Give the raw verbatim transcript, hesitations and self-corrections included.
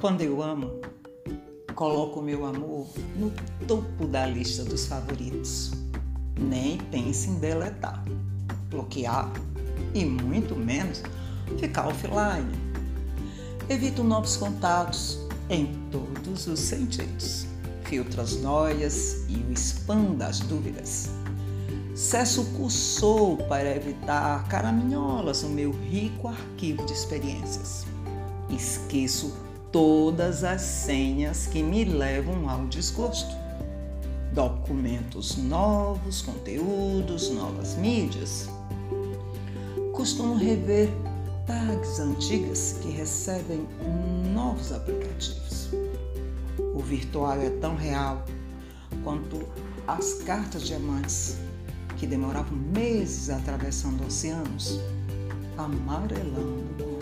Quando eu amo, coloco o meu amor no topo da lista dos favoritos. Nem pense em deletar, bloquear e muito menos ficar offline. Evito novos contatos em todos os sentidos. Filtro as noias e o spam das dúvidas. Cesso o cursor para evitar caraminholas no meu rico arquivo de experiências. Esqueço todas as senhas que me levam ao desgosto. Documentos novos, conteúdos, novas mídias. Costumo rever tags antigas que recebem novos aplicativos. O virtual é tão real quanto as cartas diamantes que demoravam meses atravessando oceanos, amarelando com